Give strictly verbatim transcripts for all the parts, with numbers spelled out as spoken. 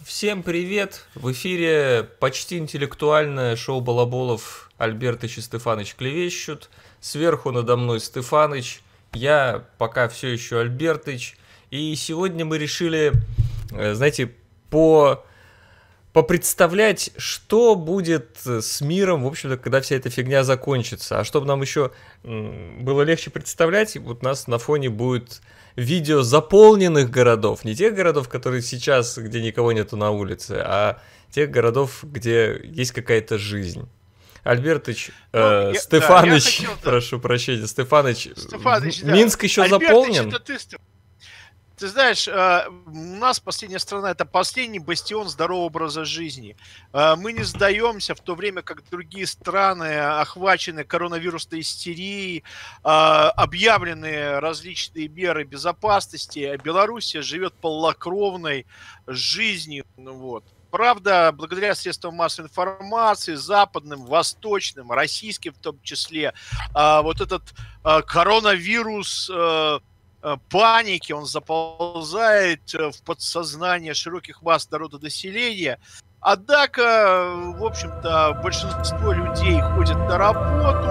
Всем привет! В эфире почти интеллектуальное шоу Балаболов. Альбертыч и Стефаныч клевещут. Сверху надо мной Стефаныч. Я пока все еще Альбертыч. И сегодня мы решили, знаете, по... попредставлять, что будет с миром, в общем-то, когда вся эта фигня закончится. А чтобы нам еще было легче представлять, вот у нас на фоне будет видео заполненных городов. Не тех городов, которые сейчас, где никого нету на улице, а тех городов, где есть какая-то жизнь. Альбертыч, ну, э, я, Стефаныч, да, хотел, прошу да. прощения, Стефаныч, Стефаныч Минск да. еще Альбертыч, заполнен? Это ты, Ты знаешь, у нас последняя страна – это последний бастион здорового образа жизни. Мы не сдаемся, в то время как другие страны охвачены коронавирусной истерией, объявлены различные меры безопасности. Белоруссия живет полнокровной жизнью. Вот. Правда, благодаря средствам массовой информации, западным, восточным, российским в том числе, вот этот коронавирус паники, он заползает в подсознание широких масс народонаселения. Однако, в общем-то, большинство людей ходят на работу,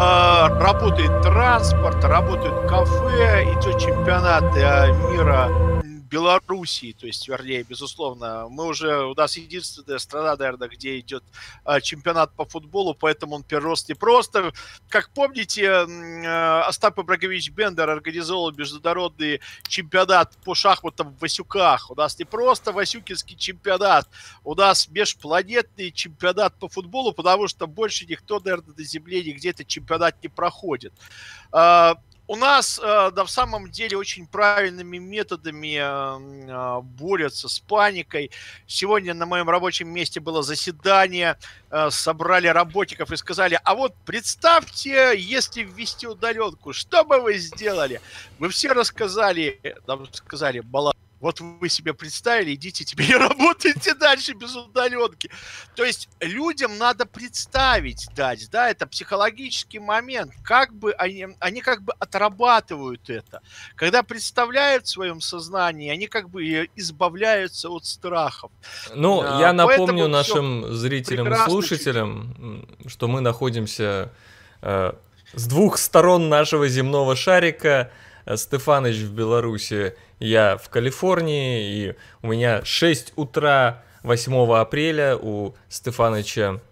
работает транспорт, работают кафе, идет чемпионат мира Белоруссии, то есть, вернее, безусловно, мы уже, у нас единственная страна, наверное, где идет а, чемпионат по футболу, поэтому он перерос не просто. Как помните, а, Остап Ибрагович Бендер организовал международный чемпионат по шахматам в Васюках. У нас не просто васюкинский чемпионат, у нас межпланетный чемпионат по футболу, потому что больше никто, наверное, на Земле нигде этот чемпионат не проходит. А, У нас э, да, в самом деле очень правильными методами э, борются с паникой. Сегодня на моем рабочем месте было заседание, э, собрали работников и сказали: а вот представьте, если ввести удаленку, что бы вы сделали? Мы все рассказали, нам сказали: мало. Вот вы себе представили, идите, теперь работайте дальше без удаленки. То есть людям надо представить дать, да, это психологический момент, как бы они, они как бы отрабатывают это. Когда представляют в своем сознании, они как бы избавляются от страхов. Ну, а, я напомню нашим зрителям и слушателям, чуть-чуть. что мы находимся э, с двух сторон нашего земного шарика. Стефаныч в Беларуси, я в Калифорнии, и у меня шесть утра восьмого апреля, у Стефаныча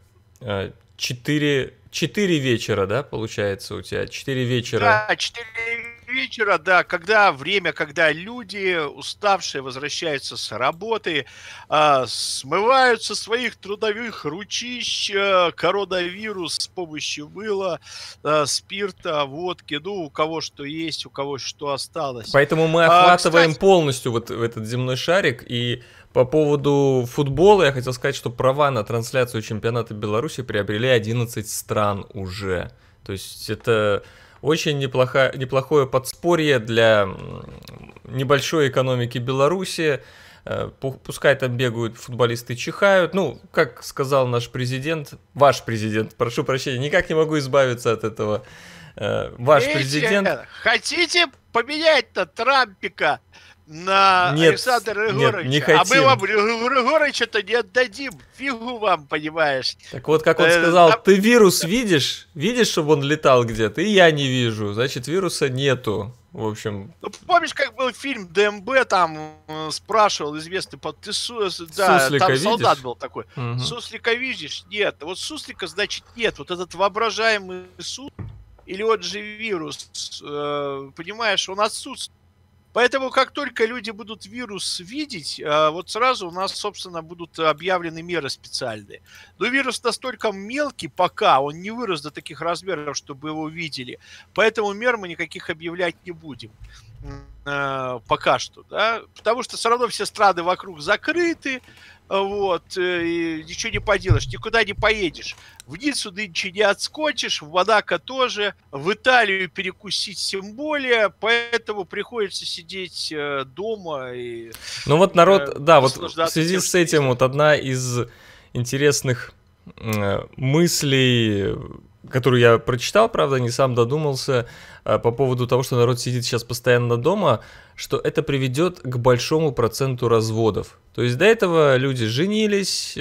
четыре, четыре вечера, да, получается у тебя? четыре вечера. Да, четыре вечера, да, когда время, когда люди, уставшие, возвращаются с работы, э, смывают со своих трудовых ручищ э, коронавирус с помощью мыла, э, спирта, водки, ну, у кого что есть, у кого что осталось. Поэтому мы охватываем а, кстати... полностью вот этот земной шарик. И по поводу футбола я хотел сказать, что права на трансляцию чемпионата Беларуси приобрели одиннадцать стран уже. То есть это... Очень неплохо, неплохое подспорье для небольшой экономики Беларуси. Пускай там бегают футболисты, чихают. Ну, как сказал наш президент, ваш президент, прошу прощения, никак не могу избавиться от этого. Ваш Видите, президент... Хотите поменять-то Трампика на нет, Александра Нет, Егоровича? не хотим. А мы вам Егоровича-то не отдадим. Фигу вам, понимаешь. Так вот, как он сказал, ты вирус видишь? Видишь, чтобы он летал где-то? И я не вижу. Значит, вируса нету. В общем... Ну, помнишь, как был фильм ДМБ, там э, спрашивал известный, ты су, да, суслика там видишь? Солдат был такой. Угу. Суслика видишь? Нет. Вот суслика, значит, нет. Вот этот воображаемый суслик, или он же вирус, э, понимаешь, он отсутствует. Поэтому, как только люди будут вирус видеть, вот сразу у нас, собственно, будут объявлены меры специальные. Но вирус настолько мелкий пока, он не вырос до таких размеров, чтобы его видели. Поэтому мер мы никаких объявлять не будем. Пока что, да. Потому что все равно все страны вокруг закрыты. Вот, и ничего не поделаешь, никуда не поедешь. В Ниццу нынче не отскочишь, в Монако тоже, в Италию перекусить тем более, поэтому приходится сидеть дома и... Ну вот народ, э, да, вот в связи тем, с этим вот одна из интересных э, мыслей которую я прочитал, правда, не сам додумался, по поводу того, что народ сидит сейчас постоянно дома, что это приведет к большому проценту разводов. То есть до этого люди женились,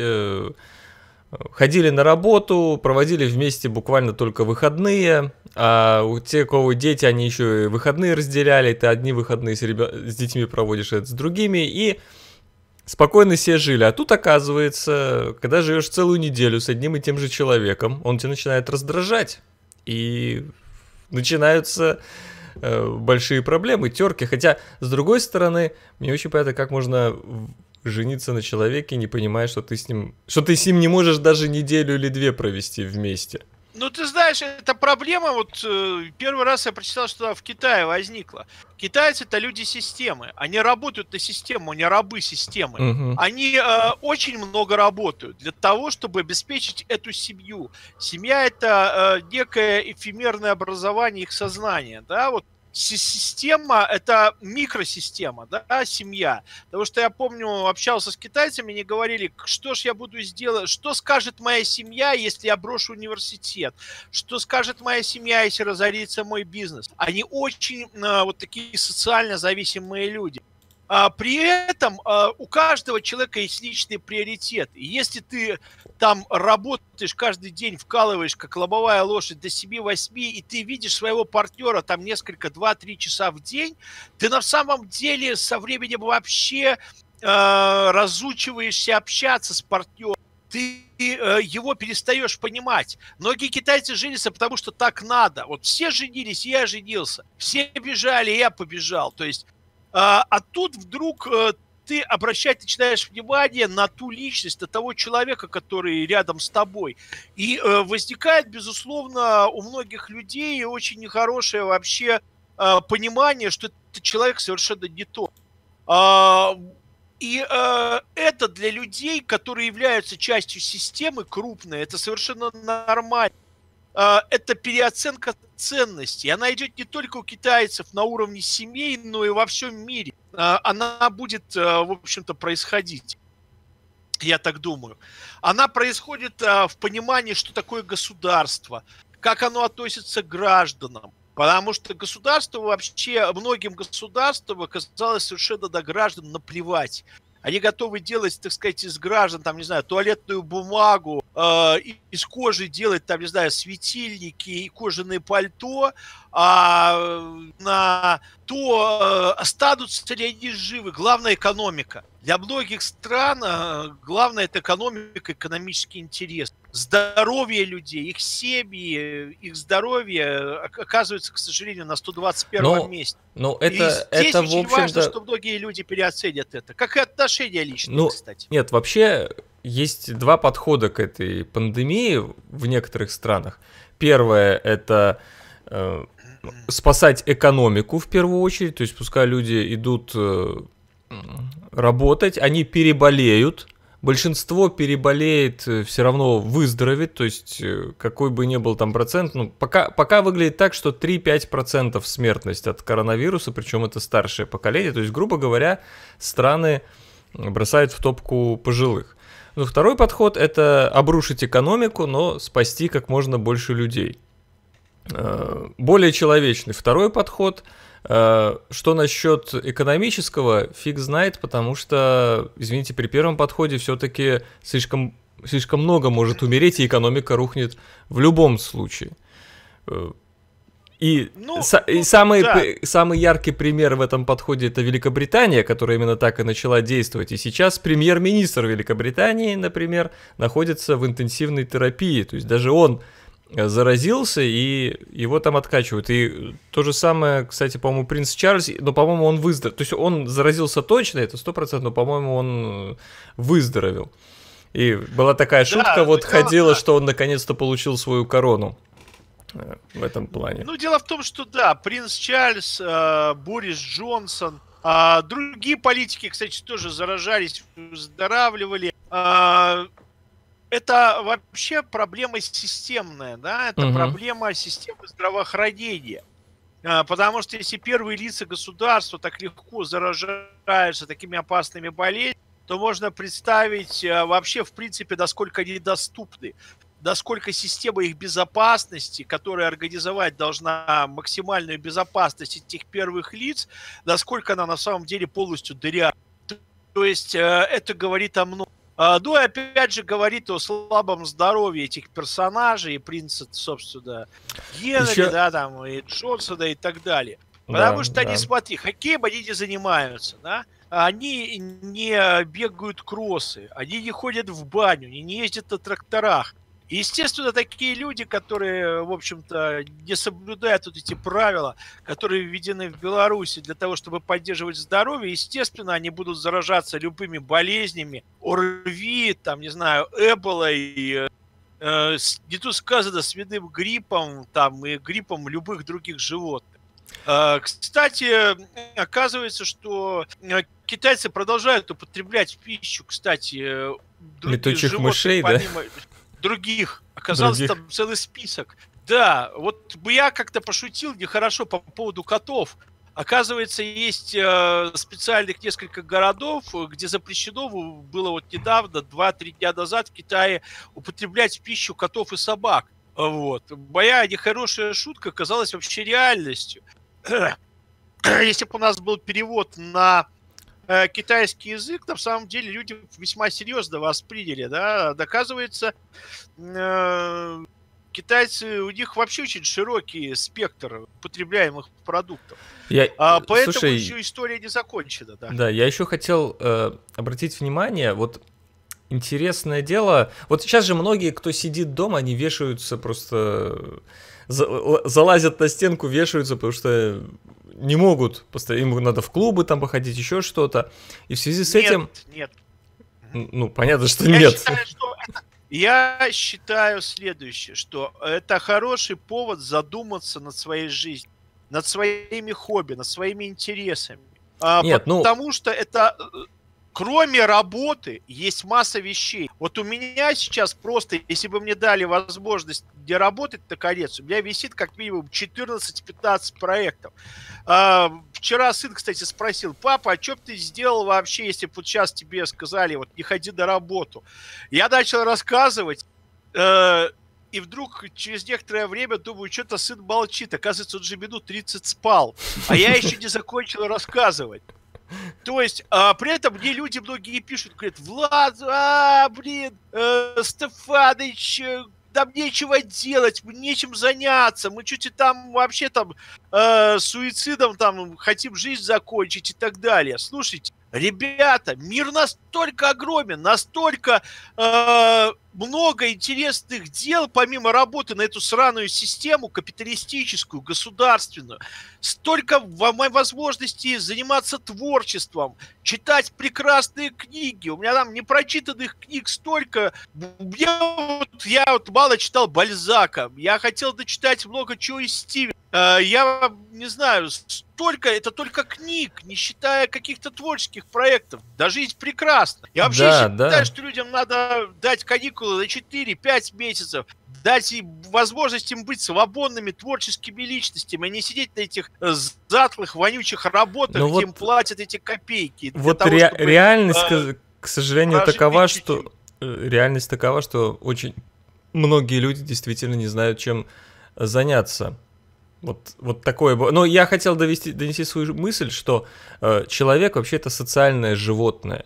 ходили на работу, проводили вместе буквально только выходные, а у тех, у кого дети, они еще и выходные разделяли, ты одни выходные с, ребят... с детьми проводишь, это с другими, и спокойно себе жили. А тут, оказывается, когда живешь целую неделю с одним и тем же человеком, он тебя начинает раздражать, и начинаются э, большие проблемы, терки. Хотя, с другой стороны, мне очень понятно, как можно жениться на человеке, не понимая, что ты с ним, что ты с ним не можешь даже неделю или две провести вместе. Ну, ты знаешь, эта проблема, вот э, первый раз я прочитал, что в Китае возникла. Китайцы — это люди системы. Они работают на систему, не рабы системы. Угу. Они э, очень много работают для того, чтобы обеспечить эту семью. Семья — это э, некое эфемерное образование их сознания, да, вот. Система — это микросистема, да, семья. Потому что я помню, общался с китайцами, они говорили, что ж я буду сделать, что скажет моя семья, если я брошу университет, что скажет моя семья, если разорится мой бизнес. Они очень а, вот такие социально зависимые люди. А при этом а, у каждого человека есть личный приоритет. И если ты там работаешь каждый день, вкалываешь, как лобовая лошадь до семи-восьми, и ты видишь своего партнера там несколько, два-три часа в день, ты на самом деле со временем вообще э, разучиваешься общаться с партнером. Ты э, его перестаешь понимать. Многие китайцы женились, потому что так надо. Вот все женились, я женился. Все бежали, я побежал. То есть, э, а тут вдруг... Э, ты обращать начинаешь внимание на ту личность, на того человека, который рядом с тобой. И э, возникает, безусловно, у многих людей очень нехорошее вообще э, понимание, что этот человек совершенно не тот. А, и э, это для людей, которые являются частью системы крупной, это совершенно нормально. Это переоценка ценностей. Она идет не только у китайцев на уровне семей, но и во всем мире. Она будет, в общем-то, происходить. Я так думаю. Она происходит в понимании, что такое государство, как оно относится к гражданам. Потому что государство вообще, многим государствам оказалось совершенно до граждан наплевать. Они готовы делать, так сказать, из граждан, там, не знаю, туалетную бумагу, э, из кожи делать, там, не знаю, светильники и кожаные пальто, а на то, э, останутся ли они живы. Главное — экономика. Для многих стран э, главное — это экономика, экономический интерес. Здоровье людей, их семьи, их здоровье оказывается, к сожалению, на сто двадцать первом но, месте. Ну, это, и здесь это, очень в общем-то... важно, что многие люди переоценят это. Как и отношения личные, ну, кстати. Нет, вообще есть два подхода к этой пандемии в некоторых странах. Первое — это э, спасать экономику в первую очередь. То есть пускай люди идут э, работать, они переболеют. Большинство переболеет, все равно выздоровеет, то есть какой бы ни был там процент, ну, пока, пока выглядит так, что три-пять процентов смертность от коронавируса, причем это старшее поколение, то есть, грубо говоря, страны бросают в топку пожилых. Но второй подход — это обрушить экономику, но спасти как можно больше людей. Более человечный второй подход. Что насчет экономического, фиг знает, потому что, извините, при первом подходе все-таки слишком, слишком много может умереть, и экономика рухнет в любом случае. И, ну, са- ну, и самый, да. самый яркий пример в этом подходе — это Великобритания, которая именно так и начала действовать. И сейчас премьер-министр Великобритании, например, находится в интенсивной терапии, то есть даже он заразился, и его там откачивают. И то же самое, кстати, по-моему, принц Чарльз, но, по-моему, он выздоровел. То есть он заразился точно, это сто процентов, но, по-моему, он выздоровел. И была такая шутка, да, вот ходила, да. что он наконец-то получил свою корону в этом плане. Ну, дело в том, что, да, принц Чарльз, э, Борис Джонсон, э, другие политики, кстати, тоже заражались, выздоравливали. Э, Это вообще проблема системная, да, это угу. проблема системы здравоохранения. Потому что если первые лица государства так легко заражаются такими опасными болезнями, то можно представить вообще, в принципе, насколько они доступны. насколько система их безопасности, которая организовать должна максимальную безопасность этих первых лиц, насколько она на самом деле полностью дырявая. То есть э, это говорит о многом. А, ну и опять же говорит о слабом здоровье этих персонажей, и принца, собственно, Генри, Еще... да, там, и Джонсона и так далее. Потому Да, что да. они, смотри, хоккеем они не занимаются, да? Они не бегают кроссы, они не ходят в баню, они не ездят на тракторах. И, естественно, такие люди, которые, в общем-то, не соблюдают вот эти правила, которые введены в Беларуси для того, чтобы поддерживать здоровье, естественно, они будут заражаться любыми болезнями, ОРВИ, там, не знаю, Эболой, э, не тут сказано, свиным гриппом, там, и гриппом любых других животных. Э, кстати, оказывается, что китайцы продолжают употреблять в пищу, кстати, других летучих животных, мышей, помимо... да? других. Оказалось, Других. там целый список. Да, вот я как-то пошутил нехорошо по поводу котов. Оказывается, есть э, специальных несколько городов, где запрещено было вот недавно, два-три дня назад в Китае употреблять в пищу котов и собак. Вот. Моя нехорошая шутка оказалась вообще реальностью. Если бы у нас был перевод на китайский язык, на самом деле люди весьма серьезно восприняли, да, доказывается, э, китайцы, у них вообще очень широкий спектр потребляемых продуктов, Я... а, поэтому Слушай, еще история не закончена, да. Да, я еще хотел э, обратить внимание, вот интересное дело, вот сейчас же многие, кто сидит дома, они вешаются просто, за, залазят на стенку, вешаются, потому что не могут, им надо в клубы там походить, еще что-то. И в связи с нет, этим... Нет, Ну, понятно, что я нет. Считаю, что это... Я считаю следующее, что это хороший повод задуматься над своей жизнью, над своими хобби, над своими интересами. Нет, потому ну... что это... Кроме работы есть масса вещей. Вот у меня сейчас просто, если бы мне дали возможность не работать наконец, у меня висит как минимум четырнадцать-пятнадцать проектов. А, вчера сын, кстати, спросил: папа, а что бы ты сделал вообще, если бы вот сейчас тебе сказали, вот не ходи на работу? Я начал рассказывать, э, и вдруг через некоторое время думаю, что-то сын молчит. Оказывается, он же минут тридцать спал, а я еще не закончил рассказывать. То есть, а, при этом мне люди многие пишут, говорят: Влад, а, блин, э, Стефаныч, э, нам нечего делать, нечем заняться, мы чуть и там вообще там э, суицидом там хотим жизнь закончить и так далее. Слушайте, ребята, мир настолько огромен, настолько э, много интересных дел, помимо работы на эту сраную систему капиталистическую, государственную. Столько возможностей заниматься творчеством, читать прекрасные книги. У меня там непрочитанных книг столько. Мне вот, я вот мало читал Бальзака. Я хотел дочитать много чего из Стивена. Я не знаю, столько, это только книг, не считая каких-то творческих проектов. Да, жизнь прекрасна. Я вообще Да, считаю, да. что людям надо дать каникулы на четыре-пять месяцев, дать им возможность им быть свободными творческими личностями, а не сидеть на этих затлых, вонючих работах, Ну где вот, им платят эти копейки. Вот того, ре- чтобы, реальность, э, к, к сожалению, такова, что реальность такова, что очень многие люди действительно не знают, чем заняться. Вот, вот такое. Но я хотел довести, донести свою мысль, что э, человек вообще это социальное животное.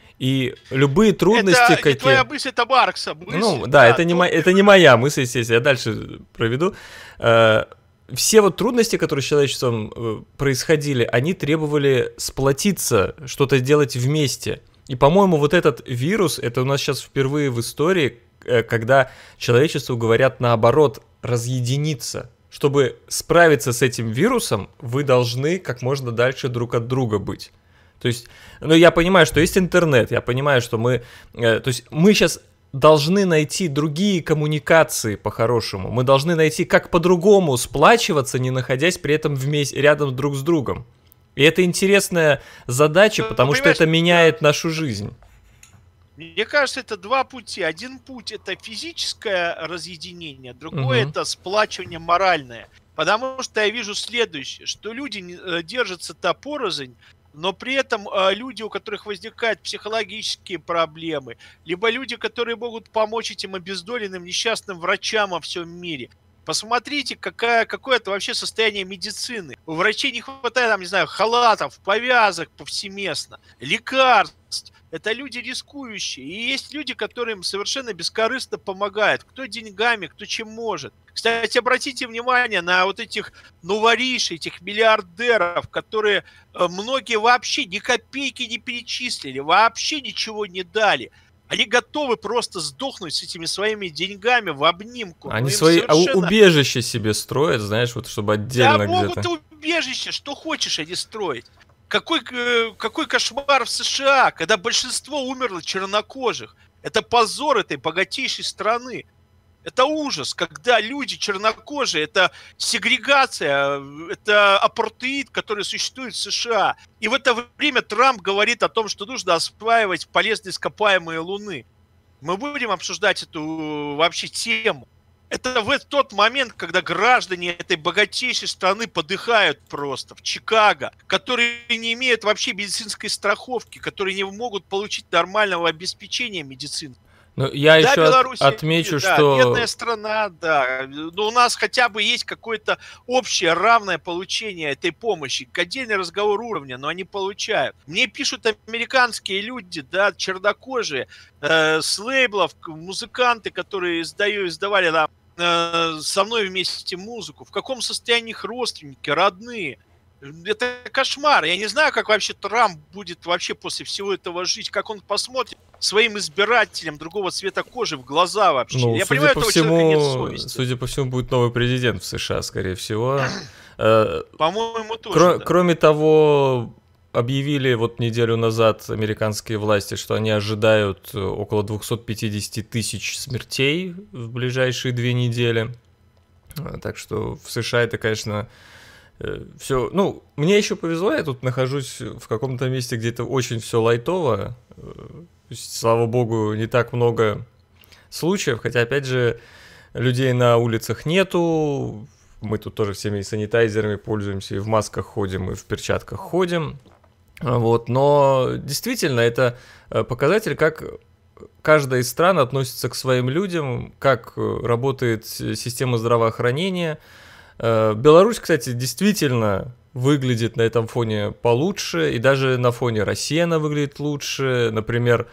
И любые трудности... Это какие... не твоя мысль, это Маркса мысль. Ну, да, да это, не мо... это не моя мысль, естественно, я дальше проведу. Э, все вот трудности, которые с человечеством э, происходили, они требовали сплотиться, что-то делать вместе. И, по-моему, вот этот вирус, это у нас сейчас впервые в истории, э, когда человечеству говорят наоборот, разъединиться. Чтобы справиться с этим вирусом, вы должны как можно дальше друг от друга быть. То есть, ну, я понимаю, что есть интернет, я понимаю, что мы... Э, то есть, мы сейчас должны найти другие коммуникации по-хорошему. Мы должны найти, как по-другому сплачиваться, не находясь при этом вместе, рядом друг с другом. И это интересная задача, потому ну, что это меняет нашу жизнь. Мне кажется, это два пути. Один путь — это физическое разъединение, другой — угу. это сплачивание моральное. Потому что я вижу следующее, что люди держатся-то порознь, но при этом э, люди, у которых возникают психологические проблемы, либо люди, которые могут помочь этим обездоленным несчастным врачам во всем мире. Посмотрите, какая, какое это вообще состояние медицины. У врачей не хватает, там, не знаю, халатов, повязок повсеместно, лекарств. Это люди рискующие. И есть люди, которым совершенно бескорыстно помогают. Кто деньгами, кто чем может. Кстати, обратите внимание на вот этих новоришей, этих миллиардеров, которые э, многие вообще ни копейки не перечислили, вообще ничего не дали. Они готовы просто сдохнуть с этими своими деньгами в обнимку. Они свои совершенно... убежища себе строят, знаешь, вот чтобы отдельно да, где-то. Да, могут убежище, что хочешь они строить. Какой, какой кошмар в США, когда большинство умерло чернокожих. Это позор этой богатейшей страны. Это ужас, когда люди чернокожие, это сегрегация, это апартеид, который существует в США. И в это время Трамп говорит о том, что нужно осваивать полезные ископаемые Луны. Мы будем обсуждать эту вообще тему. Это в тот момент, когда граждане этой богатейшей страны подыхают просто в Чикаго, которые не имеют вообще медицинской страховки, которые не могут получить нормального обеспечения медицины. Ну, я да, еще Беларусь, отмечу, да, что... бедная страна, да. Но у нас хотя бы есть какое-то общее равное получение этой помощи. Отдельный разговор уровня, но они получают. Мне пишут американские люди, да, чернокожие, э, с лейблов, музыканты, которые издаю, издавали там, э, со мной вместе музыку. В каком состоянии их родственники, родные. Это кошмар. Я не знаю, как вообще Трамп будет вообще после всего этого жить, как он посмотрит своим избирателям другого цвета кожи в глаза вообще. Ну, Я судя понимаю, по этого всему, человека нет совести. Судя по всему, будет новый президент в США, скорее всего. По-моему, тоже. Кро- да. Кроме того, объявили вот неделю назад американские власти, что они ожидают около двести пятьдесят тысяч смертей в ближайшие две недели. Так что в США это, конечно... Все, ну, мне еще повезло, я тут нахожусь в каком-то месте, где это очень все лайтово. То есть, слава богу, не так много случаев, хотя, опять же, людей на улицах нету. Мы тут тоже всеми санитайзерами пользуемся, и в масках ходим, и в перчатках ходим. Вот, но действительно, это показатель, как каждая из стран относится к своим людям, как работает система здравоохранения. Беларусь, кстати, действительно выглядит на этом фоне получше, и даже на фоне России она выглядит лучше. Например,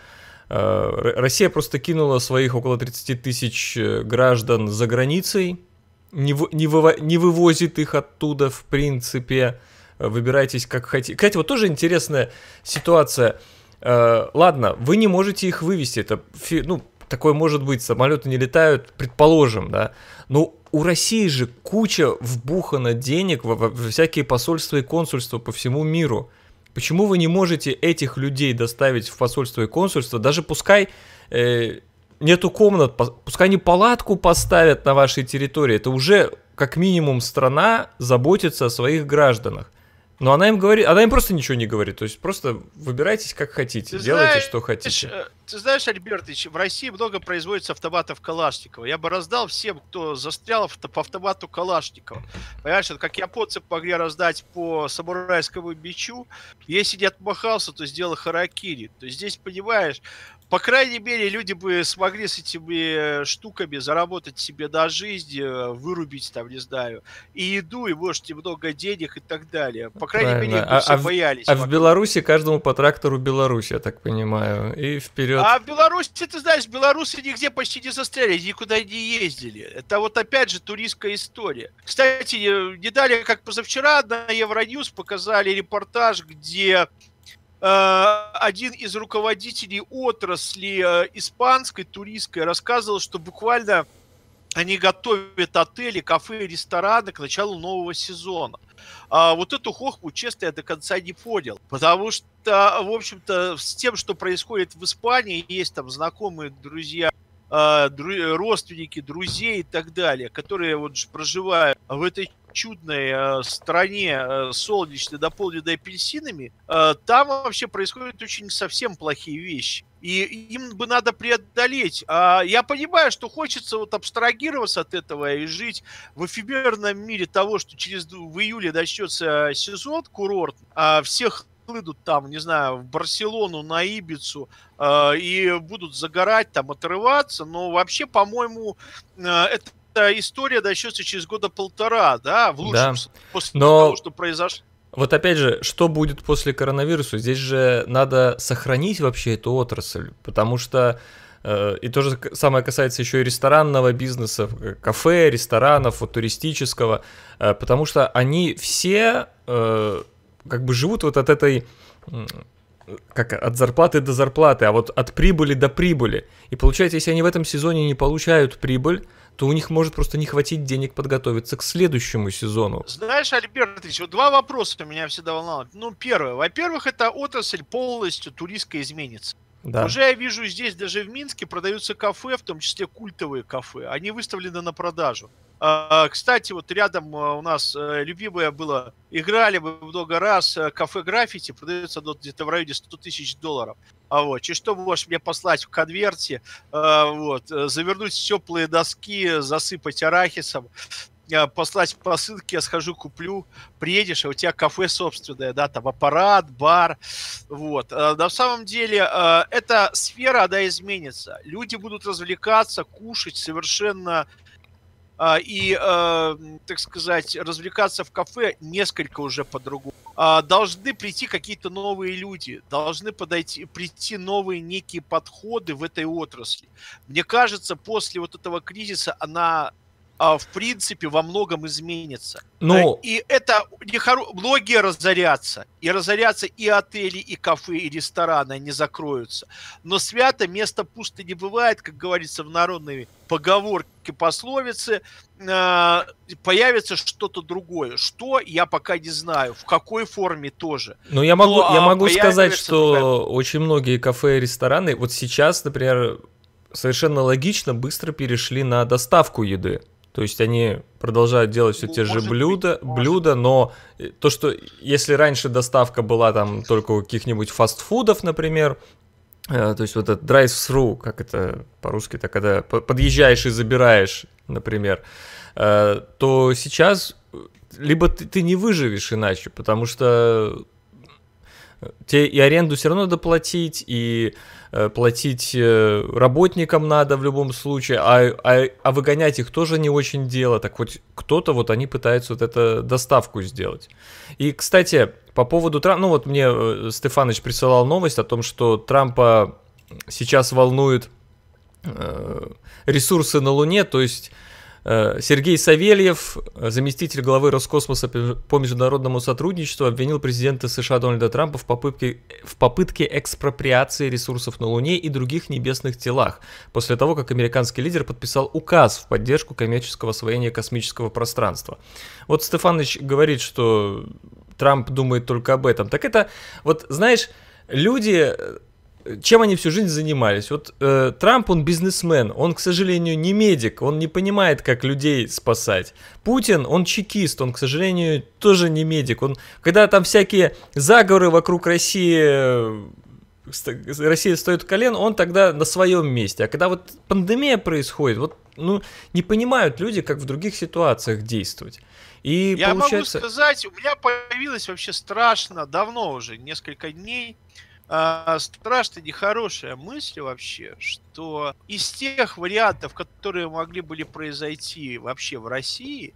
Россия просто кинула своих около тридцать тысяч граждан за границей, не, вы, не, выво, не вывозит их оттуда, в принципе. Выбирайтесь как хотите. Кстати, вот тоже интересная ситуация. Ладно, вы не можете их вывести, это, ну, такое может быть, самолеты не летают, предположим, да, но у России же куча вбухана денег во, во всякие посольства и консульства по всему миру. Почему вы не можете этих людей доставить в посольство и консульство, даже пускай э, нету комнат, пускай они палатку поставят на вашей территории, это уже как минимум страна заботится о своих гражданах. Но она им говорит, она им просто ничего не говорит, то есть просто выбирайтесь как хотите, ты делайте, знаешь, что хотите. Ты знаешь, Альбертович, в России много производится автоматов Калашникова. Я бы раздал всем, кто застрял по автомату Калашникова. Понимаешь, это как японцы могли раздать по самурайскому мечу. Если не отмахался, то сделал харакири. То есть здесь, понимаешь, по крайней мере, люди бы смогли с этими штуками заработать себе на жизнь, вырубить там, не знаю, и еду, и, может, немного денег и так далее. По крайней Правильно. мере, а, все а боялись. А в Беларуси каждому по трактору Беларусь, я так понимаю, и вперед. А в Беларуси, ты знаешь, белорусы нигде почти не застряли, никуда не ездили. Это вот опять же туристская история. Кстати, не далее, как позавчера, на Евроньюз показали репортаж, где один из руководителей отрасли испанской, туристской, рассказывал, что буквально они готовят отели, кафе, рестораны к началу нового сезона. А вот эту хохму, честно, я до конца не понял. Потому что, в общем-то, с тем, что происходит в Испании, есть там знакомые, друзья, родственники, друзей и так далее, которые вот проживают в этой чудной э, стране, э, солнечной, наполненной апельсинами, э, там вообще происходят очень совсем плохие вещи. И им бы надо преодолеть. А я понимаю, что хочется вот абстрагироваться от этого и жить в эфемерном мире того, что через в июле начнется сезон курорт, а всех выйдут там, не знаю, в Барселону, на Ибицу э, и будут загорать, там, отрываться, но вообще, по-моему, э, эта история начнется через года полтора, да, в лучшем Да. случае, после Но... того, что произошло. Вот опять же, что будет после коронавируса? Здесь же надо сохранить вообще эту отрасль, потому что э, и то же самое касается еще и ресторанного бизнеса, кафе, ресторанов, вот, туристического, э, потому что они все э, как бы живут вот от этой, как от зарплаты до зарплаты, а вот от прибыли до прибыли. И получается, если они в этом сезоне не получают прибыль, то у них может просто не хватить денег подготовиться к следующему сезону. Знаешь, Альбертович, вот два вопроса меня всегда волновали. Ну, первое. Во-первых, эта отрасль полностью туристская изменится. Да. Уже я вижу здесь, даже в Минске, продаются кафе, в том числе культовые кафе. Они выставлены на продажу. А, кстати, вот рядом у нас любимое было, играли мы много раз, кафе «Граффити», продается где-то в районе сто тысяч долларов. А вот, через что можешь мне послать в конверте, а, вот, завернуть в теплые доски, засыпать арахисом, послать посылки, я схожу, куплю, приедешь, а у тебя кафе собственное, да, там аппарат, бар, вот. На самом деле, эта сфера, она изменится. Люди будут развлекаться, кушать совершенно и, так сказать, развлекаться в кафе несколько уже по-другому. Должны прийти какие-то новые люди, должны подойти, прийти новые некие подходы в этой отрасли. Мне кажется, после вот этого кризиса она... в принципе, во многом изменится. Ну, и это нехоро... многие разорятся. И разорятся и отели, и кафе, и рестораны, они закроются. Но свято место пусто не бывает, как говорится в народной поговорке, пословице. Э, появится что-то другое. Что, я пока не знаю. В какой форме тоже. Ну, я могу, Но, я могу появится... сказать, что очень многие кафе и рестораны, вот сейчас, например, совершенно логично быстро перешли на доставку еды. То есть они продолжают делать все те же блюда, блюда, но то, что если раньше доставка была там только у каких-нибудь фастфудов, например, э, то есть вот этот drive-thru, как это по-русски, так когда подъезжаешь и забираешь, например, э, то сейчас либо ты, ты не выживешь иначе, потому что тебе и аренду все равно надо платить, и э, платить э, работникам надо в любом случае, а, а, а выгонять их тоже не очень дело. Так вот, кто-то вот они пытаются вот эту доставку сделать. И, кстати, по поводу Трампа, ну вот мне э, Стефаныч присылал новость о том, что Трампа сейчас волнует э, ресурсы на Луне, то есть Сергей Савельев, заместитель главы Роскосмоса по международному сотрудничеству, обвинил президента США Дональда Трампа в попытке, в попытке экспроприации ресурсов на Луне и других небесных телах, после того, как американский лидер подписал указ в поддержку коммерческого освоения космического пространства. Вот Стефаныч говорит, что Трамп думает только об этом. Так это, вот знаешь, люди... Чем они всю жизнь занимались? Вот э, Трамп, он бизнесмен, он, к сожалению, не медик, он не понимает, как людей спасать. Путин, он чекист, он, к сожалению, тоже не медик. Он, когда там всякие заговоры вокруг России, Россия стоит колен, он тогда на своем месте. А когда вот пандемия происходит, вот, ну, не понимают люди, как в других ситуациях действовать. И Я получается... могу сказать, у меня появилось вообще страшно, давно уже, несколько дней, страшно нехорошая мысль вообще, что из тех вариантов, которые могли были произойти вообще в России,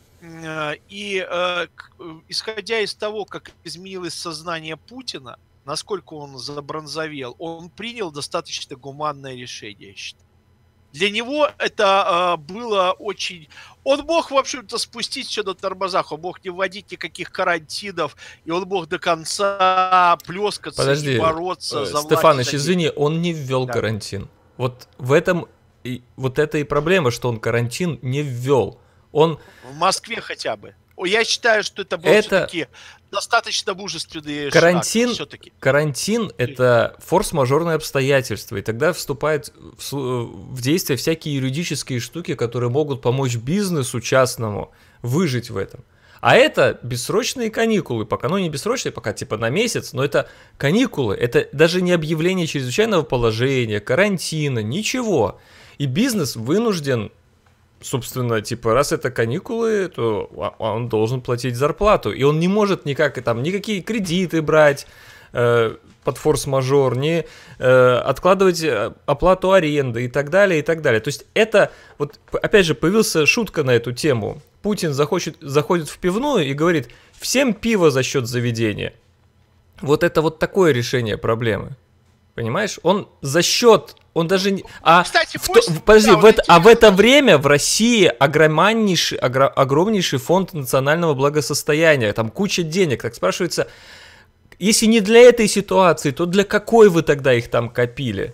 и исходя из того, как изменилось сознание Путина, насколько он забронзовел, он принял достаточно гуманное решение, я считаю. Для него это э, было очень... Он мог, в общем-то, спустить все на тормозах, он мог не вводить никаких карантинов, и он мог до конца плескаться, Подожди, и бороться за власть. Стефаныч, извини, он не ввел да. карантин. Вот в этом, и, вот это и проблема, что он карантин не ввел. Он... В Москве хотя бы. Я считаю, что это был это... все-таки достаточно мужественный карантин, шаг. Все-таки. Карантин – это форс-мажорное обстоятельство, и тогда вступают в, в действие всякие юридические штуки, которые могут помочь бизнесу частному выжить в этом. А это бессрочные каникулы, пока, ну не бессрочные, пока типа на месяц, но это каникулы, это даже не объявление чрезвычайного положения, карантина, ничего. И бизнес вынужден собственно, типа, раз это каникулы, то он должен платить зарплату. И он не может никак, там, никакие кредиты брать э, под форс-мажор, не э, откладывать оплату аренды и так далее, и так далее. То есть это, вот, опять же, появилась шутка на эту тему. Путин захочет, заходит в пивную и говорит, всем пиво за счет заведения. Вот это вот такое решение проблемы. Понимаешь? Он за счет, он даже не... А, Кстати, в, пусть, подожди, да, в вот это, а в это время в России огромнейший, огр, огромнейший фонд национального благосостояния. Там куча денег. Так спрашивается, если не для этой ситуации, то для какой вы тогда их там копили?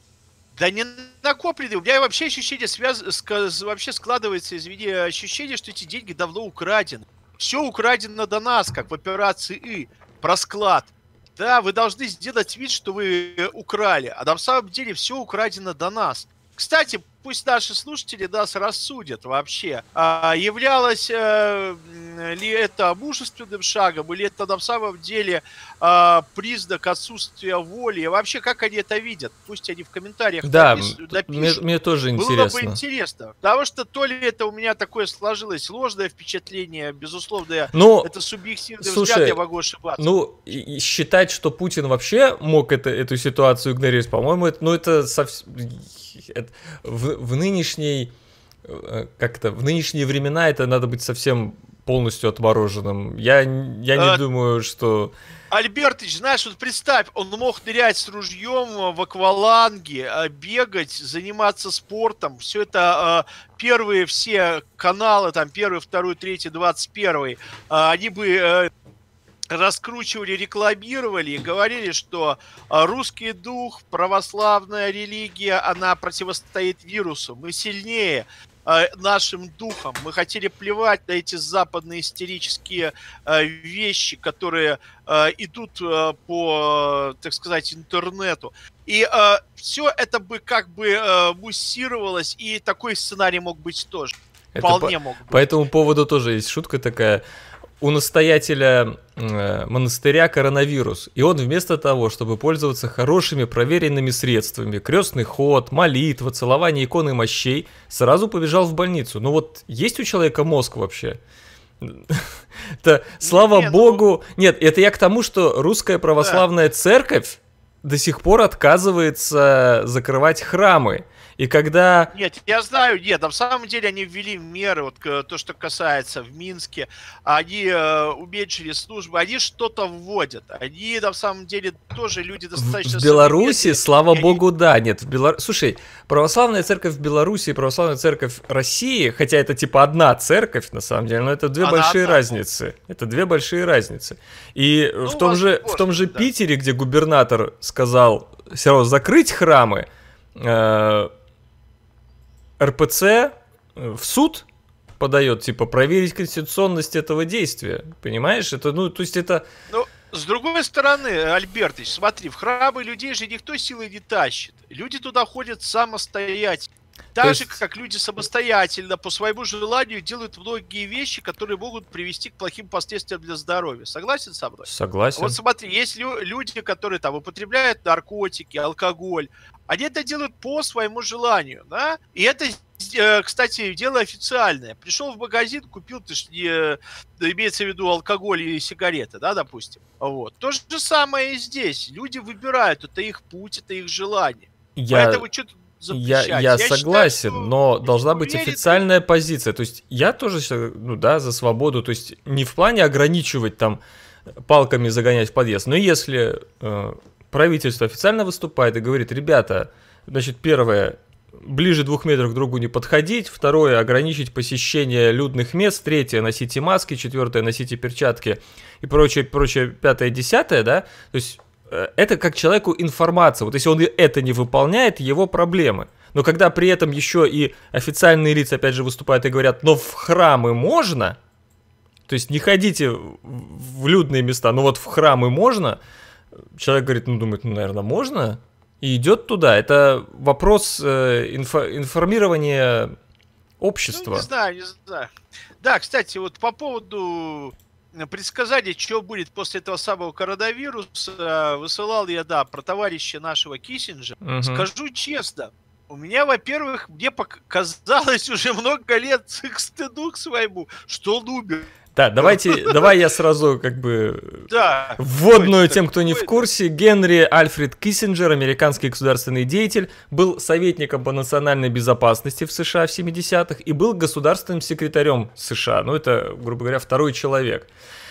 Да не накоплены. У меня вообще ощущение связ... вообще складывается, извини, ощущение, что эти деньги давно украдены. Все украдено до нас, как в операции И, про склад. Да, вы должны сделать вид, что вы украли, а на самом деле все украдено до нас. Кстати, пусть наши слушатели нас рассудят вообще, а являлось э, ли это мужественным шагом, или это на самом деле э, признак отсутствия воли, и вообще как они это видят. Пусть они в комментариях да, напис... напишут. Мне, мне тоже Было интересно. бы интересно, потому что то ли это у меня такое сложилось ложное впечатление, безусловно, ну, это субъективный слушай, взгляд, я могу ошибаться. Ну, и, и считать, что Путин вообще мог это, эту ситуацию игнорировать, по-моему, это, ну, это совсем... Это, в, в нынешней... Как-то в нынешние времена это надо быть совсем полностью отмороженным. Я, я не а, думаю, что... Альбертыч, знаешь, вот представь, он мог нырять с ружьем в акваланге, бегать, заниматься спортом. Все это первые все каналы, там первый, второй, третий, двадцать первый, они бы раскручивали, рекламировали и говорили, что русский дух, православная религия, она противостоит вирусу. Мы сильнее нашим духом. Мы хотели плевать на эти западные истерические э, вещи, которые э, идут э, по, так сказать, интернету. И э, все это бы как бы э, муссировалось, и такой сценарий мог быть тоже. Это Вполне по, мог быть. По этому поводу тоже есть шутка такая. У настоятеля э, монастыря коронавирус, и он вместо того, чтобы пользоваться хорошими проверенными средствами, крестный ход, молитва, целование иконы мощей, сразу побежал в больницу. Ну вот есть у человека мозг вообще? Это, слава богу... Нет, это я к тому, что русская православная церковь до сих пор отказывается закрывать храмы. И когда... Нет, я знаю, нет, на самом деле они ввели меры, вот то, что касается в Минске, они э, уменьшили службы, они что-то вводят, они на самом деле тоже люди достаточно... В Беларуси, слава они... богу, да, нет, в Белар... Слушай, православная церковь в Беларуси и православная церковь России, хотя это типа одна церковь, на самом деле, но это две Она большие одна. разницы, это две большие разницы. И ну, в, том же, в том же да. Питере, где губернатор сказал все равно закрыть храмы, э эр пэ цэ в суд подает, типа, проверить конституционность этого действия. Понимаешь? Это, ну, то есть это... Ну, с другой стороны, Альбертович, смотри, в храмы людей же никто силой не тащит. Люди туда ходят самостоятельно. Так то же, есть... как люди самостоятельно, по своему желанию, делают многие вещи, которые могут привести к плохим последствиям для здоровья. Согласен со мной? Согласен. Вот смотри, есть лю- люди, которые там употребляют наркотики, алкоголь, они это делают по своему желанию, да? И это, кстати, дело официальное. Пришел в магазин, купил, ты ж не, имеется в виду алкоголь и сигареты, да, допустим. Вот. То же самое и здесь. Люди выбирают, это их путь, это их желание. Я... Поэтому что-то Я, я, я согласен, считаю, но должна быть официальная позиция. То есть я тоже, ну да, за свободу. То есть не в плане ограничивать там палками загонять в подъезд. Но если э, правительство официально выступает и говорит, ребята, значит, первое, ближе двух метров к другу не подходить. Второе, ограничить посещение людных мест. Третье, носите маски. Четвертое, носите перчатки. И прочее, прочее, пятое, десятое, да. То есть это как человеку информация. Вот если он это не выполняет, его проблемы. Но когда при этом еще и официальные лица, опять же, выступают и говорят, но в храмы можно, то есть не ходите в людные места, но вот в храмы можно, человек говорит, ну, думает, ну, наверное, можно, и идет туда. Это вопрос э, инфо- информирования общества. Ну, не знаю, не знаю. Да, кстати, вот по поводу... предсказание, что будет после этого самого коронавируса, высылал я, да, про товарища нашего Киссинджера. Угу. Скажу честно, У меня, во-первых, мне показалось уже много лет к стыду к своему, что он умер. Да, давайте, давай я сразу как бы да, вводную тем, кто не в курсе. Генри Альфред Киссинджер, американский государственный деятель, был советником по национальной безопасности в США в семидесятых и был государственным секретарем США. Ну, это, грубо говоря, второй человек.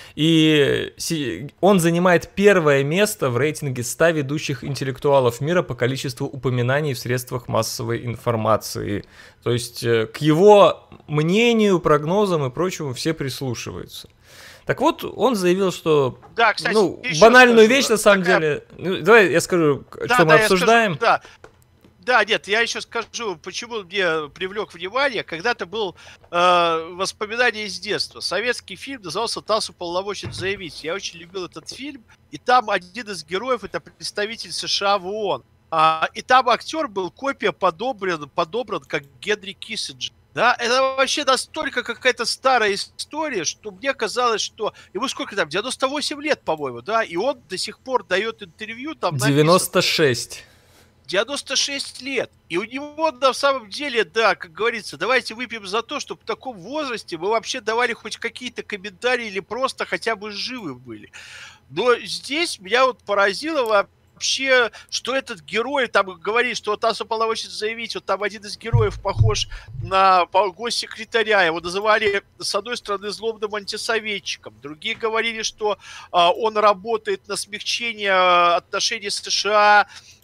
И он занимает первое место в рейтинге ста ведущих интеллектуалов мира по количеству упоминаний в средствах массовой информации. То есть к его мнению, прогнозам и прочему все прислушиваются. Так вот, он заявил, что да, кстати, ну, банальную скажу, вещь на самом такая... деле... Ну, давай я скажу, да, что да, мы обсуждаем. Скажу, да. Да, нет, я еще скажу, почему мне привлек внимание. Когда-то был э, воспоминание из детства. Советский фильм назывался «Тасс уполномочен заявить». Я очень любил этот фильм. И там один из героев — это представитель США в ООН. А, и там актер был копия подобран, подобран как Генри Киссинджер. Да, это вообще настолько какая-то старая история, что мне казалось, что ему сколько там, девяносто восемь лет, по-моему, да, и он до сих пор дает интервью. Там девяносто шесть. девяносто шесть лет. И у него на самом деле, да, как говорится, давайте выпьем за то, чтобы в таком возрасте мы вообще давали хоть какие-то комментарии или просто хотя бы живы были. Но здесь меня вот поразило вообще, что этот герой там говорит, что вот Тасс уполномочен заявить, вот там один из героев похож на госсекретаря, его называли с одной стороны злобным антисоветчиком, другие говорили, что а, он работает на смягчение отношений с США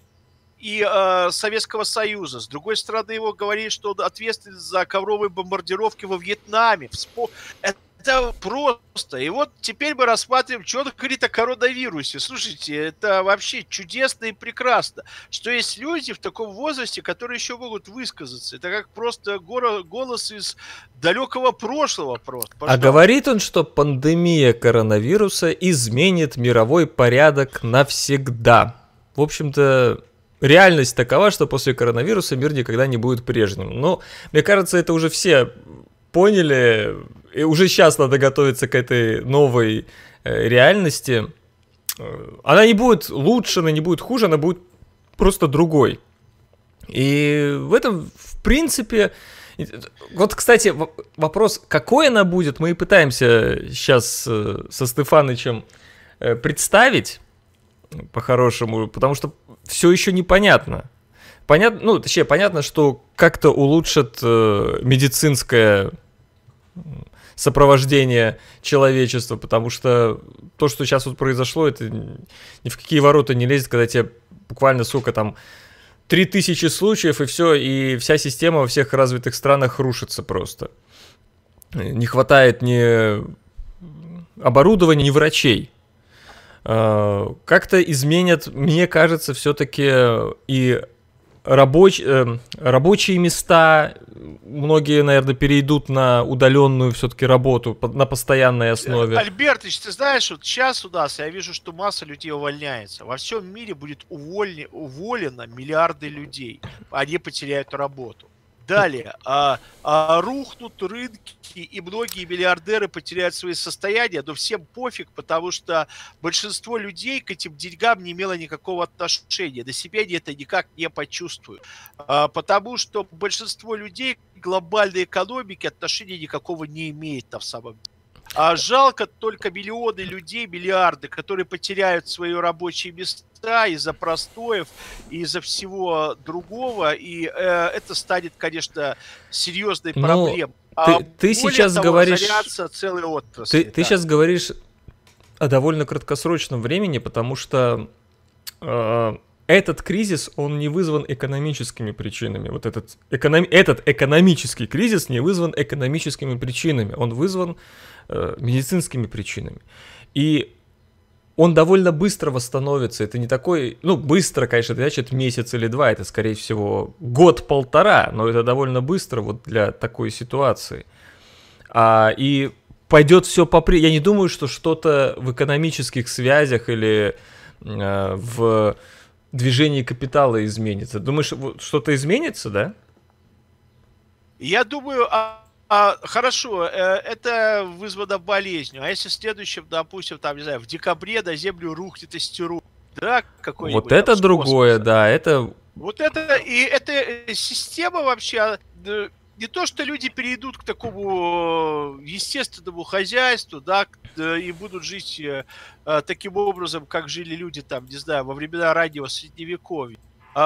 и э, Советского Союза. С другой стороны, его говорили, что он ответственен за ковровые бомбардировки во Вьетнаме. Вспом... Это просто. И вот теперь мы рассматриваем, что он говорит о коронавирусе. Слушайте, это вообще чудесно и прекрасно, что есть люди в таком возрасте, которые еще могут высказаться. Это как просто голос из далекого прошлого просто. Пожалуйста. А говорит он, что пандемия коронавируса изменит мировой порядок навсегда. В общем-то... Реальность такова, что после коронавируса мир никогда не будет прежним. Но, мне кажется, это уже все поняли. И уже сейчас надо готовиться к этой новой э, реальности. Она не будет лучше, она не будет хуже, она будет просто другой. И в этом, в принципе... Вот, кстати, вопрос, какой она будет, мы и пытаемся сейчас э, со Стефанычем э, представить по-хорошему, потому что все еще непонятно. Понятно, ну, точнее, понятно, что как-то улучшат э, медицинское сопровождение человечества, потому что то, что сейчас вот произошло, это ни в какие ворота не лезет, когда тебе буквально, сколько там, три тысячи случаев, и все, и вся система во всех развитых странах рушится просто. Не хватает ни оборудования, ни врачей. Как-то изменят, мне кажется, все-таки и рабоч... рабочие места. Многие, наверное, перейдут на удаленную все-таки работу на постоянной основе. Альбертыч, ты знаешь, вот сейчас у нас я вижу, что масса людей увольняется. Во всем мире будет уволь... уволено миллиарды людей. Они потеряют работу. Далее, а, а, рухнут рынки, и многие миллиардеры потеряют свои состояния, но всем пофиг, потому что большинство людей к этим деньгам не имело никакого отношения. На себе они это никак не почувствуют. А, потому что большинство людей к глобальной экономике отношения никакого не имеет на самом деле. А жалко только миллионы людей, миллиарды, которые потеряют свои рабочие места из-за простоев и из-за всего другого. И э, это станет, конечно, серьезной проблемой. А ты, ты сейчас того, говоришь... целой отрасли. Ты, ты сейчас говоришь о довольно краткосрочном времени, потому что э, этот кризис, он не вызван экономическими причинами. Вот этот, эконом... этот экономический кризис не вызван экономическими причинами. Он вызван э, медицинскими причинами. И он довольно быстро восстановится. Это не такой... Ну, быстро, конечно, это значит месяц или два. Это, скорее всего, год-полтора. Но это довольно быстро вот для такой ситуации. А, и пойдет все по... Я не думаю, что что-то в экономических связях или э, в... движение капитала изменится. Думаешь, что-то изменится, да? Я думаю, а, а, хорошо, это вызвано болезнью. А если в следующем, допустим, там, не знаю, в декабре на Землю рухнет астероид, да, какой-нибудь? Вот это другое, да, это Вот это, и эта система вообще, не то, что люди перейдут к такому естественному хозяйству, да, и будут жить таким образом, как жили люди там, не знаю, во времена раннего Средневековья.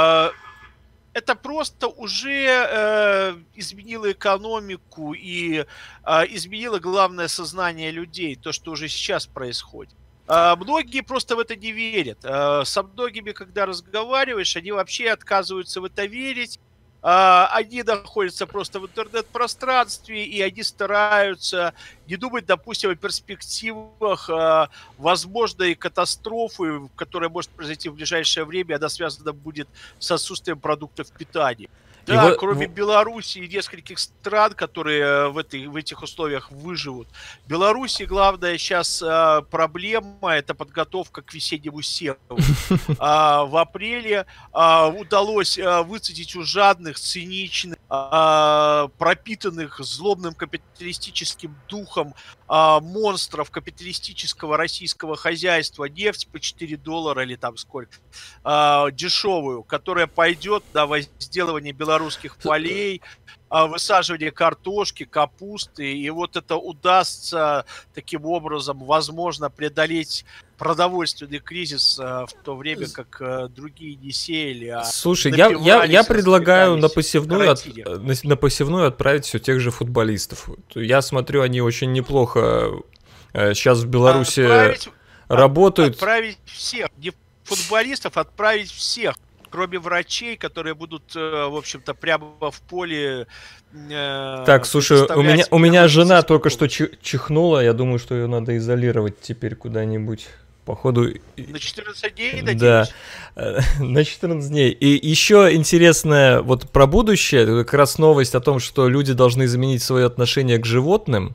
Это просто уже э, изменило экономику и э, изменило главное сознание людей, то, что уже сейчас происходит. Э, многие просто в это не верят. Э, со многими, когда разговариваешь, они вообще отказываются в это верить. Э, они находятся просто в интернет-пространстве, и они стараются не думать, допустим, о перспективах э, возможной катастрофы, которая может произойти в ближайшее время, она связана будет с отсутствием продуктов питания. Да, вот, кроме вот... Беларуси и нескольких стран, которые в, этой, в этих условиях выживут. В Беларуси главная сейчас а, проблема – это подготовка к весеннему севу. А, в апреле а, удалось а, выцедить у жадных, циничных, а, пропитанных злобным капиталистическим духом а, монстров капиталистического российского хозяйства нефть по четыре доллара или там сколько, а, дешевую, которая пойдет на возделывание белорусских русских полей, высаживание картошки, капусты, и вот это удастся таким образом, возможно, преодолеть продовольственный кризис в то время, как другие не сеяли. А Слушай, я, я, я предлагаю на посевную, от, на, на посевную отправить все тех же футболистов. Я смотрю, они очень неплохо сейчас в Беларуси отправить, работают. Отправить всех, не футболистов, отправить всех. Кроме врачей, которые будут, в общем-то, прямо в поле. Э, так, слушай, у меня, у меня жена только что чихнула. Я думаю, что ее надо изолировать теперь куда-нибудь. Походу. На четырнадцать дней, надеюсь? Да, на четырнадцать дней. И еще интересное вот про будущее, как раз новость о том, что люди должны изменить свое отношение к животным.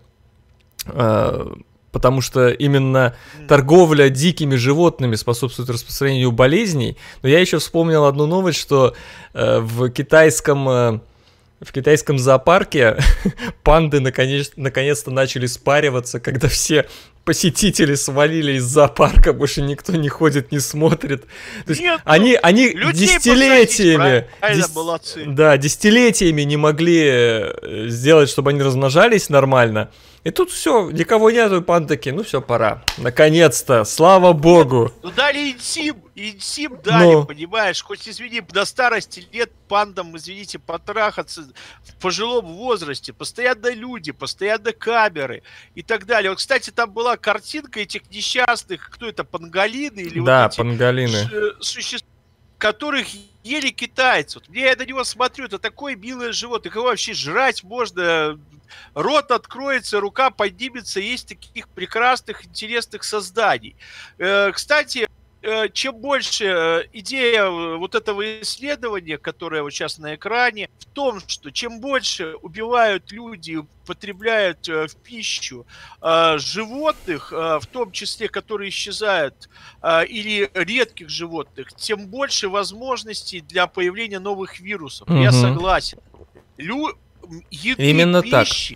Потому что именно торговля дикими животными способствует распространению болезней. Но я еще вспомнил одну новость, что э, в китайском, э, в китайском зоопарке панды наконец, наконец-то начали спариваться, когда все посетители свалили из зоопарка, больше никто не ходит, не смотрит. То есть Нет, они, они десятилетиями, дес... да, десятилетиями не могли сделать, чтобы они размножались нормально. И тут все, никого нету, и панды такие, ну все, пора. Наконец-то, слава богу. Ну дали инсим, инсим дали, Но... понимаешь, хоть извини, до старости лет пандам, извините, потрахаться в пожилом возрасте. Постоянно люди, постоянно камеры и так далее. Вот, кстати, там была картинка этих несчастных, кто это, панголины? Или да, вот эти панголины. Существа, которых ели китайцы. Вот я на него смотрю, это такое милое животное, его вообще жрать можно, рот откроется, рука поднимется, есть таких прекрасных, интересных созданий. Кстати, чем больше идея вот этого исследования, которое вот сейчас на экране, в том, что чем больше убивают люди, потребляют в пищу животных, в том числе, которые исчезают, или редких животных, тем больше возможностей для появления новых вирусов. Угу. Я согласен. Лю... Еды, Именно пищи так.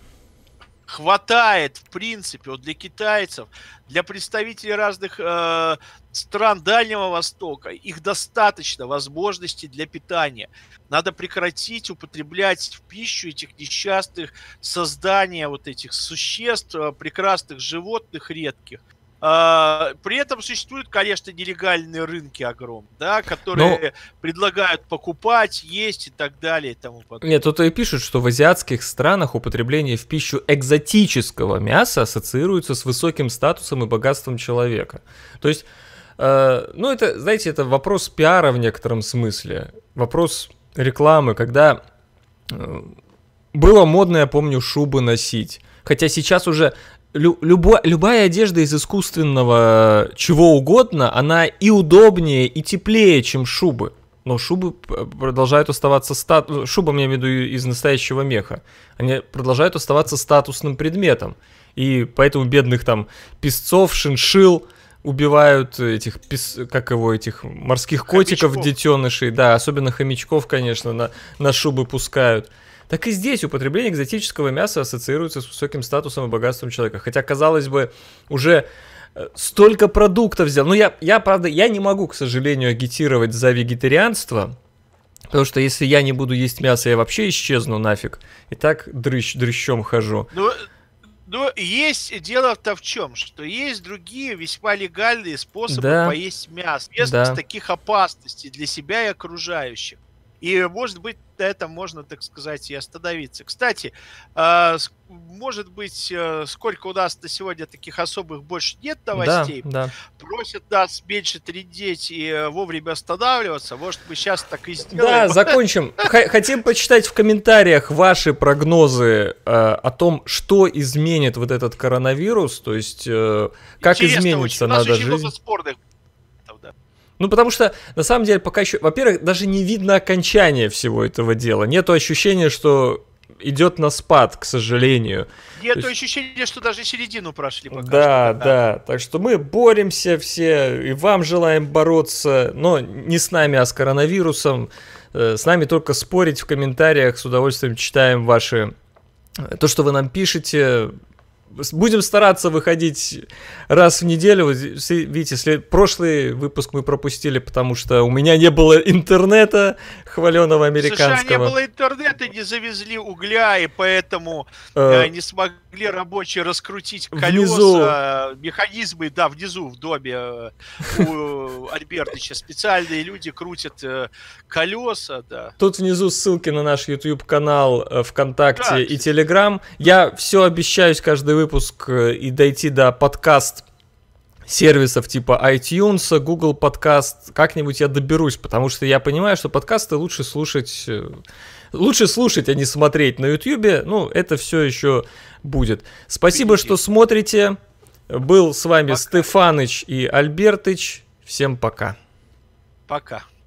Хватает, в принципе, вот для китайцев, для представителей разных э, стран Дальнего Востока, их достаточно возможностей для питания. Надо прекратить употреблять в пищу этих несчастных созданий, вот этих существ, прекрасных животных редких. Uh, при этом существуют, конечно, нелегальные рынки огромные, да, которые Но... предлагают покупать, есть и так далее. И тому подобное. Нет, тут и пишут, что в азиатских странах употребление в пищу экзотического мяса ассоциируется с высоким статусом и богатством человека. То есть, э, ну это, знаете, это вопрос пиара в некотором смысле, вопрос рекламы, когда э, было модно, я помню, шубы носить, хотя сейчас уже... Лю- любо- любая одежда из искусственного чего угодно, она и удобнее, и теплее, чем шубы. Но шубы продолжают оставаться статусным... Шуба, я имею в виду, из настоящего меха. Они продолжают оставаться статусным предметом. И поэтому бедных там песцов, шиншилл убивают, этих, пес... как его, этих морских котиков, хомячков. Детенышей. Да, особенно хомячков, конечно, на, на шубы пускают. Так и здесь употребление экзотического мяса ассоциируется с высоким статусом и богатством человека. Хотя, казалось бы, уже столько продуктов взял. Ну, я, я, правда, я не могу, к сожалению, агитировать за вегетарианство. Потому что если я не буду есть мясо, я вообще исчезну нафиг. И так дрыщ, дрыщом хожу. Ну, ну, есть дело-то в чем, что есть другие весьма легальные способы Да. поесть мясо, без Да. таких опасностей для себя и окружающих. И, может быть, на этом можно, так сказать, и остановиться. Кстати, э, с- может быть, э, сколько у нас на сегодня таких особых больше нет Да, новостей, да. просят нас меньше трындеть и э, вовремя останавливаться. Может, мы сейчас так и Да, сделаем. закончим. Х- Хотим почитать в комментариях ваши прогнозы э, о том, что изменит вот этот коронавирус, то есть э, как Интересно очень. изменится У нас надо очень жизнь. много спорных. Да. Ну, потому что, на самом деле, пока еще, во-первых, даже не видно окончания всего этого дела. Нету ощущения, что идет на спад, к сожалению. Нет То есть- ощущения, что даже середину прошли пока Да, что. да. Так что мы боремся все, и вам желаем бороться, но не с нами, а с коронавирусом. Э, С нами только спорить в комментариях, с удовольствием читаем ваши... То, что вы нам пишете. С- Будем стараться выходить раз в неделю. Вот здесь, видите, след- прошлый выпуск мы пропустили, потому что у меня не было интернета хваленого В США не американского. было интернета, не завезли угля, и поэтому Э, э, не смогли рабочие раскрутить Внизу. колеса, механизмы, да, внизу, в доме э, у Альбертыча. Специальные люди крутят э, колеса, да. Тут внизу ссылки на наш YouTube-канал, э, ВКонтакте Да, и кстати. Телеграм. Я все обещаюсь каждый выпуск э, и дойти до подкаст сервисов типа iTunes, Google Подкаст. Как-нибудь я доберусь, потому что я понимаю, что подкасты лучше слушать... э, Лучше слушать, а не смотреть на YouTube. Ну, это все еще будет. Спасибо, Впереди. что смотрите. Был с вами Пока. Стефаныч и Альбертыч. Всем пока. Пока.